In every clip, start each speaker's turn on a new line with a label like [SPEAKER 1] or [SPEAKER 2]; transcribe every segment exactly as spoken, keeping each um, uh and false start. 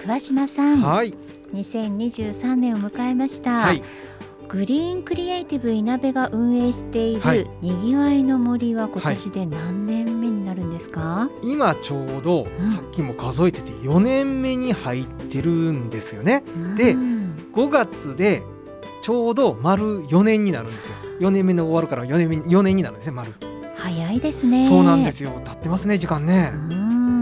[SPEAKER 1] 桑島さん、
[SPEAKER 2] はい、
[SPEAKER 1] にせんにじゅうさんねんを迎えました、
[SPEAKER 2] はい、
[SPEAKER 1] グリーンクリエイティブいなべが運営してい
[SPEAKER 2] はい
[SPEAKER 1] るにぎわいの森は今年で何年目になるんですか？
[SPEAKER 2] 今ちょうど、
[SPEAKER 1] うん
[SPEAKER 2] さっきも数えててよねんめに入ってるんですよね。で
[SPEAKER 1] うん
[SPEAKER 2] ごがつでちょうど丸よねんになるんですよ。よねんめの終わるからよねんめよねんになるんですね。丸
[SPEAKER 1] 早いですね。
[SPEAKER 2] そうなんですよ。経ってますね、時間ね。
[SPEAKER 1] うん、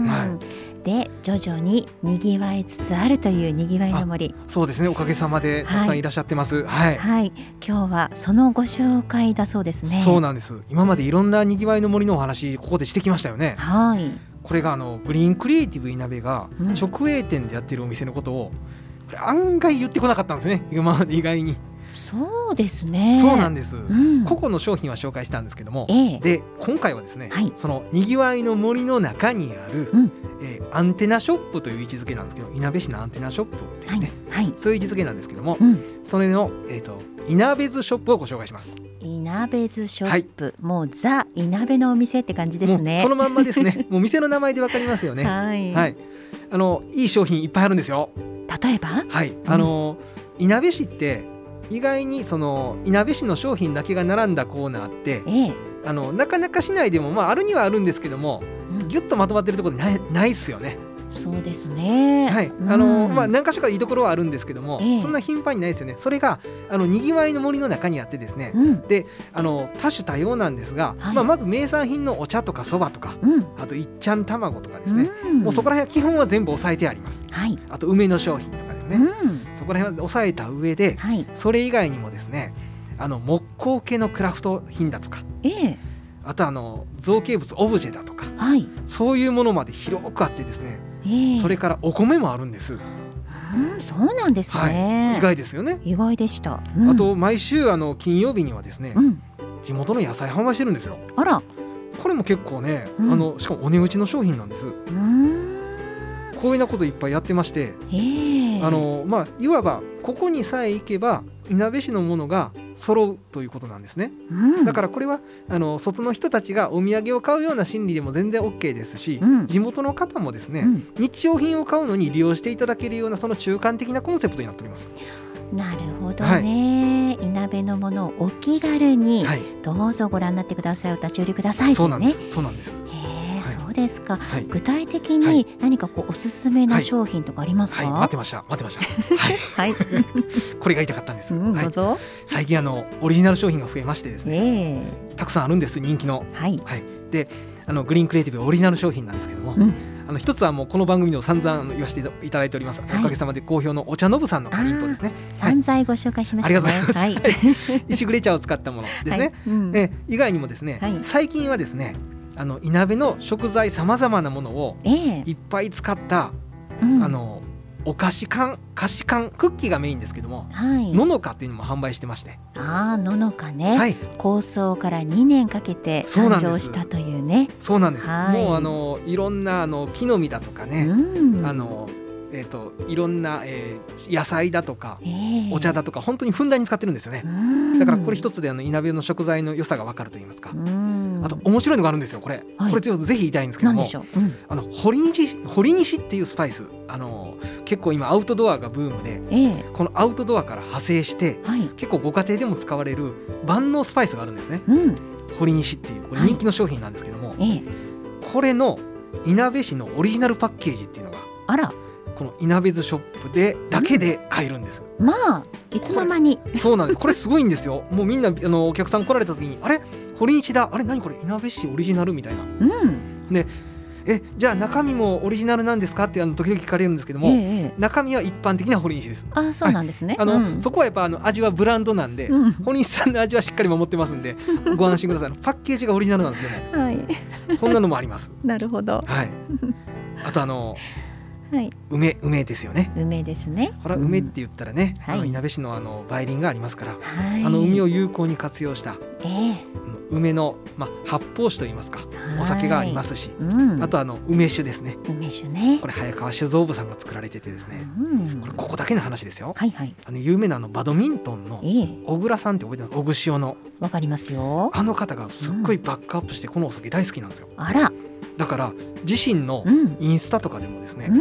[SPEAKER 2] は
[SPEAKER 1] で徐々ににぎわいつつあるというにぎわいの森。
[SPEAKER 2] そうですね、おかげさまでたくさんいらっしゃってます。はい、
[SPEAKER 1] はい、今日はそのご紹介だそうですね。
[SPEAKER 2] そうなんです。今までいろんなにぎわいの森のお話ここでしてきましたよね。
[SPEAKER 1] はい
[SPEAKER 2] これがあのグリーンクリエイティブいなべが
[SPEAKER 1] うん
[SPEAKER 2] 直営店でやってるお店のことを、これ案外言ってこなかったんですね、今まで意外に。
[SPEAKER 1] そうですね。
[SPEAKER 2] そうなんです、
[SPEAKER 1] うん
[SPEAKER 2] 個々の商品は紹介したんですけども、
[SPEAKER 1] ええ
[SPEAKER 2] で今回はですね、
[SPEAKER 1] はい
[SPEAKER 2] そのにぎわいの森の中にある、
[SPEAKER 1] うん
[SPEAKER 2] えーアンテナショップという位置づけなんですけど、いなべ市のアンテナショップっていうね、
[SPEAKER 1] はいはい、
[SPEAKER 2] そういう位置づけなんですけども、
[SPEAKER 1] うん、
[SPEAKER 2] それの、えー、といなべずショップをご紹介します。
[SPEAKER 1] いなべずショップ、もうザいなべのお店って感じですね。
[SPEAKER 2] もうそのまんまですね。もう店の名前でわかりますよね。
[SPEAKER 1] はい、
[SPEAKER 2] はい、あのいい商品いっぱいあるんですよ。
[SPEAKER 1] 例えば、
[SPEAKER 2] はい、あのいなべ市って意外にそのいなべ市の商品だけが並んだコーナーって
[SPEAKER 1] ええ、
[SPEAKER 2] あのなかなか市内でも、まあ、あるにはあるんですけども、
[SPEAKER 1] うん
[SPEAKER 2] ギュッとまとまってるところないないっすよね。
[SPEAKER 1] そうですね。
[SPEAKER 2] はい、
[SPEAKER 1] うん
[SPEAKER 2] あのまあ、何か所かいいところはあるんですけども、
[SPEAKER 1] ええ
[SPEAKER 2] そんな頻繁にないですよね。それがあのにぎわいの森の中にあってですね、
[SPEAKER 1] うん
[SPEAKER 2] であの多種多様なんですが、
[SPEAKER 1] はい
[SPEAKER 2] まあ、まず名産品のお茶とかそばとか、
[SPEAKER 1] うん
[SPEAKER 2] あといっちゃん卵とかですね、
[SPEAKER 1] うん、
[SPEAKER 2] もうそこら辺は基本は全部押さえてあります。
[SPEAKER 1] はい、
[SPEAKER 2] あと梅の商品とかですね、
[SPEAKER 1] うん
[SPEAKER 2] そこら辺は押さえた上で、
[SPEAKER 1] はい、
[SPEAKER 2] それ以外にもですね、あの木工系のクラフト品だとか、
[SPEAKER 1] ええ、
[SPEAKER 2] あとあの造形物オブジェだとか、
[SPEAKER 1] はい、
[SPEAKER 2] そういうものまで広くあってですね、
[SPEAKER 1] ええ、
[SPEAKER 2] それからお米もあるんです。
[SPEAKER 1] うん、そうなんですね。
[SPEAKER 2] はい、意外ですよね。
[SPEAKER 1] 意外でした。うん
[SPEAKER 2] あと毎週あの金曜日にはですね、
[SPEAKER 1] うん、
[SPEAKER 2] 地元の野菜販売してるんですよ。
[SPEAKER 1] あら、
[SPEAKER 2] これも結構ね、
[SPEAKER 1] うん
[SPEAKER 2] あのしかもお値打ちの商品なんです。
[SPEAKER 1] うーん、
[SPEAKER 2] こういうなこといっぱいやってまして、
[SPEAKER 1] ええ、
[SPEAKER 2] あのまあいわばここにさえ行けばいなべ市のものが揃うということなんですね。
[SPEAKER 1] うん、
[SPEAKER 2] だからこれはあの外の人たちがお土産を買うような心理でも全然 OK ですし、
[SPEAKER 1] うん
[SPEAKER 2] 地元の方もですね、
[SPEAKER 1] うん、
[SPEAKER 2] 日用品を買うのに利用していただけるようなその中間的なコンセプトになっております。
[SPEAKER 1] なるほどね。いなべのものをお気軽に
[SPEAKER 2] はい、
[SPEAKER 1] どうぞご覧になってください、お立ち寄りください
[SPEAKER 2] そうなんで
[SPEAKER 1] ね。
[SPEAKER 2] す。そうなんです。
[SPEAKER 1] へえ、
[SPEAKER 2] はい
[SPEAKER 1] そうですか。
[SPEAKER 2] はい、
[SPEAKER 1] 具体的
[SPEAKER 2] は
[SPEAKER 1] に
[SPEAKER 2] い
[SPEAKER 1] 何かこうおすすめな商品とかありますか？
[SPEAKER 2] はい、待ってました。待ってました。はい、
[SPEAKER 1] はい、
[SPEAKER 2] これが言いたかったんです。
[SPEAKER 1] うん、
[SPEAKER 2] はい、
[SPEAKER 1] どうぞ。
[SPEAKER 2] 最近あのオリジナル商品が増えましてですね、
[SPEAKER 1] ええ、
[SPEAKER 2] たくさんあるんです。人気の。
[SPEAKER 1] はい、
[SPEAKER 2] はい、であのグリーンクリエイティブオリジナル商品なんですけども、
[SPEAKER 1] うん、
[SPEAKER 2] あの一つはもうこの番組でも散々言わせていただいております、
[SPEAKER 1] はい
[SPEAKER 2] おかげさまで好評のお茶のぶさんのかりんとうですね。はい、
[SPEAKER 1] 散財ご紹介しましたね。
[SPEAKER 2] ありがとうございます。
[SPEAKER 1] はい、
[SPEAKER 2] はい石栗茶を使ったものですね。
[SPEAKER 1] はい、うん、
[SPEAKER 2] え以外にもですね、
[SPEAKER 1] はい
[SPEAKER 2] 最近はですね、あのいなべの食材さまざまなものを
[SPEAKER 1] ええ、
[SPEAKER 2] いっぱい使った、
[SPEAKER 1] うん、
[SPEAKER 2] あのお菓子缶菓子缶クッキーがメインですけども、
[SPEAKER 1] はい、
[SPEAKER 2] ののかっていうのも販売してまして、
[SPEAKER 1] ああ、ののかね、
[SPEAKER 2] はい、
[SPEAKER 1] 構想からにねんかけて誕
[SPEAKER 2] そうなんです
[SPEAKER 1] 生したというね。
[SPEAKER 2] そうなんです。
[SPEAKER 1] はい
[SPEAKER 2] もうあのいろんなあの木の実だとかね、
[SPEAKER 1] うん、
[SPEAKER 2] あのえー、といろんな、えー野菜だとか
[SPEAKER 1] ええ、
[SPEAKER 2] お茶だとか本当にふんだんに使ってるんですよね。
[SPEAKER 1] うん、
[SPEAKER 2] だからこれ一つであのいなべの食材の良さが分かると言いますか、
[SPEAKER 1] うん、
[SPEAKER 2] あと面白いのがあるんですよ。これ、
[SPEAKER 1] はい
[SPEAKER 2] これぜひ言いたいんですけども、
[SPEAKER 1] 何でしょう。うん、
[SPEAKER 2] あの堀西堀西っていうスパイス、あの結構今アウトドアがブームで、
[SPEAKER 1] ええ、
[SPEAKER 2] このアウトドアから派生して
[SPEAKER 1] はい、
[SPEAKER 2] 結構ご家庭でも使われる万能スパイスがあるんですね。
[SPEAKER 1] うん、
[SPEAKER 2] 堀西っていうこれ人気の商品なんですけども、
[SPEAKER 1] ええ、
[SPEAKER 2] これのいなべ市のオリジナルパッケージっていうのが
[SPEAKER 1] あら、
[SPEAKER 2] このいなべずショップでだけで買えるんです。
[SPEAKER 1] まあいつの間に。
[SPEAKER 2] そうなんです。これすごいんですよ。もうみんなあのお客さん来られた時に、あれ堀西だ、あれ何これいなべ市オリジナルみたいな。
[SPEAKER 1] うん、
[SPEAKER 2] えじゃあ中身もオリジナルなんですかってあの時々聞かれるんですけども、
[SPEAKER 1] ええええ、
[SPEAKER 2] 中身は一般的な堀西です。
[SPEAKER 1] あ、そうなんですね。
[SPEAKER 2] あの、
[SPEAKER 1] うん、
[SPEAKER 2] そこはやっぱあの味はブランドなんで、
[SPEAKER 1] うん、
[SPEAKER 2] 堀西さんの味はしっかり守ってますんでご安心ください。パッケージがオリジナルなんですけど
[SPEAKER 1] はい、
[SPEAKER 2] も、そんなのもあります。
[SPEAKER 1] なるほど。
[SPEAKER 2] はい。あとあの
[SPEAKER 1] はい、
[SPEAKER 2] 梅梅ですよね。
[SPEAKER 1] 梅ですね。
[SPEAKER 2] ほら梅って言ったらね、
[SPEAKER 1] はい
[SPEAKER 2] あのいなべ市のあの梅林がありますから、
[SPEAKER 1] はい、
[SPEAKER 2] あの海を有効に活用した
[SPEAKER 1] ええ、
[SPEAKER 2] 梅の、まあ、発泡酒といいますか、お酒がありますし、
[SPEAKER 1] うん、
[SPEAKER 2] あとあの梅酒ですね。
[SPEAKER 1] 梅酒ね。
[SPEAKER 2] これ早川酒造部さんが作られててですね、
[SPEAKER 1] うん、
[SPEAKER 2] これここだけの話ですよ。
[SPEAKER 1] はいはい、
[SPEAKER 2] あの有名なあのバドミントンの
[SPEAKER 1] ええ、
[SPEAKER 2] 小倉さんって覚えてます？小串の
[SPEAKER 1] わかりますよ。
[SPEAKER 2] あの方がすっごいバックアップしてこのお酒大好きなんですよ。
[SPEAKER 1] あら、
[SPEAKER 2] だから自身の
[SPEAKER 1] うん、
[SPEAKER 2] インスタとかでもですね、
[SPEAKER 1] うん、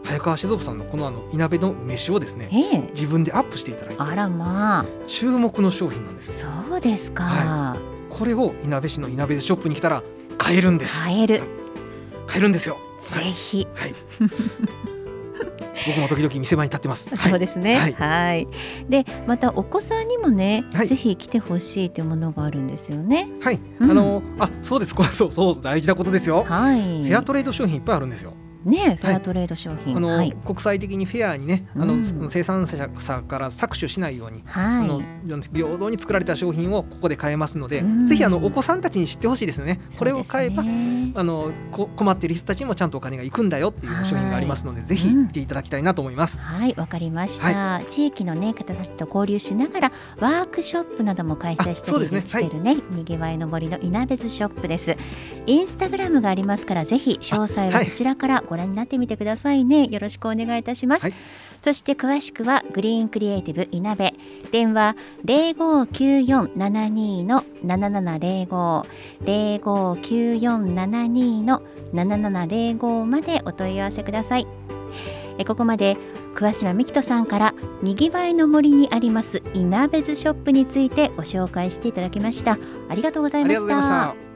[SPEAKER 2] 早川酒造さんのこのあのいなべの梅酒をですね、
[SPEAKER 1] ええ、
[SPEAKER 2] 自分でアップしていただいて、
[SPEAKER 1] あらまあ、
[SPEAKER 2] 注目の商品なんです。
[SPEAKER 1] そうですか、
[SPEAKER 2] はこれをいなべ市のいなべショップに来たら買えるんです。
[SPEAKER 1] 買える、
[SPEAKER 2] 買えるんですよ。
[SPEAKER 1] ぜひ、
[SPEAKER 2] はいはい僕も時々店前に立ってます。
[SPEAKER 1] そうですね。
[SPEAKER 2] はい
[SPEAKER 1] はい。で、またお子さんにもね、
[SPEAKER 2] はい
[SPEAKER 1] ぜひ来てほしいというものがあるんですよね。
[SPEAKER 2] はい、
[SPEAKER 1] うん
[SPEAKER 2] あのあそうです、これそうそう大事なことですよ。
[SPEAKER 1] はい。
[SPEAKER 2] フェアトレード商品いっぱいあるんですよ。
[SPEAKER 1] ね、フェアトレード商品、
[SPEAKER 2] あの、
[SPEAKER 1] はい、
[SPEAKER 2] 国際的にフェアにね、あの、
[SPEAKER 1] うん、
[SPEAKER 2] 生産者から搾取しないように、
[SPEAKER 1] はい、
[SPEAKER 2] あの平等に作られた商品をここで買えますので、
[SPEAKER 1] うん、
[SPEAKER 2] ぜひあのお子さんたちに知ってほしいですよね。これを買えば、
[SPEAKER 1] ね、
[SPEAKER 2] あのこ困っている人たちにもちゃんとお金が行くんだよっていう商品がありますので、ぜひ見ていただきたいなと思います。
[SPEAKER 1] はい、わかりました、
[SPEAKER 2] は
[SPEAKER 1] 地域の、ね、方たちと交流しながらワークショップなども開催している、ね、してるね、にぎわいの森のいなべずショップです。インスタグラムがありますから、ぜひ詳細はこちらからご覧になってみてください。ね、よろしくお願いいたします、はい、そして詳しくはグリーンクリエイティブいなべ、電話 ゼロごきゅうよんななにのななななゼロご ゼロごきゅうよんななにのななななゼロごまでお問い合わせください。えここまで桑島美希人さんからにぎわいの森にありますいなべずショップについてご紹介していただきました。ありがとうございました。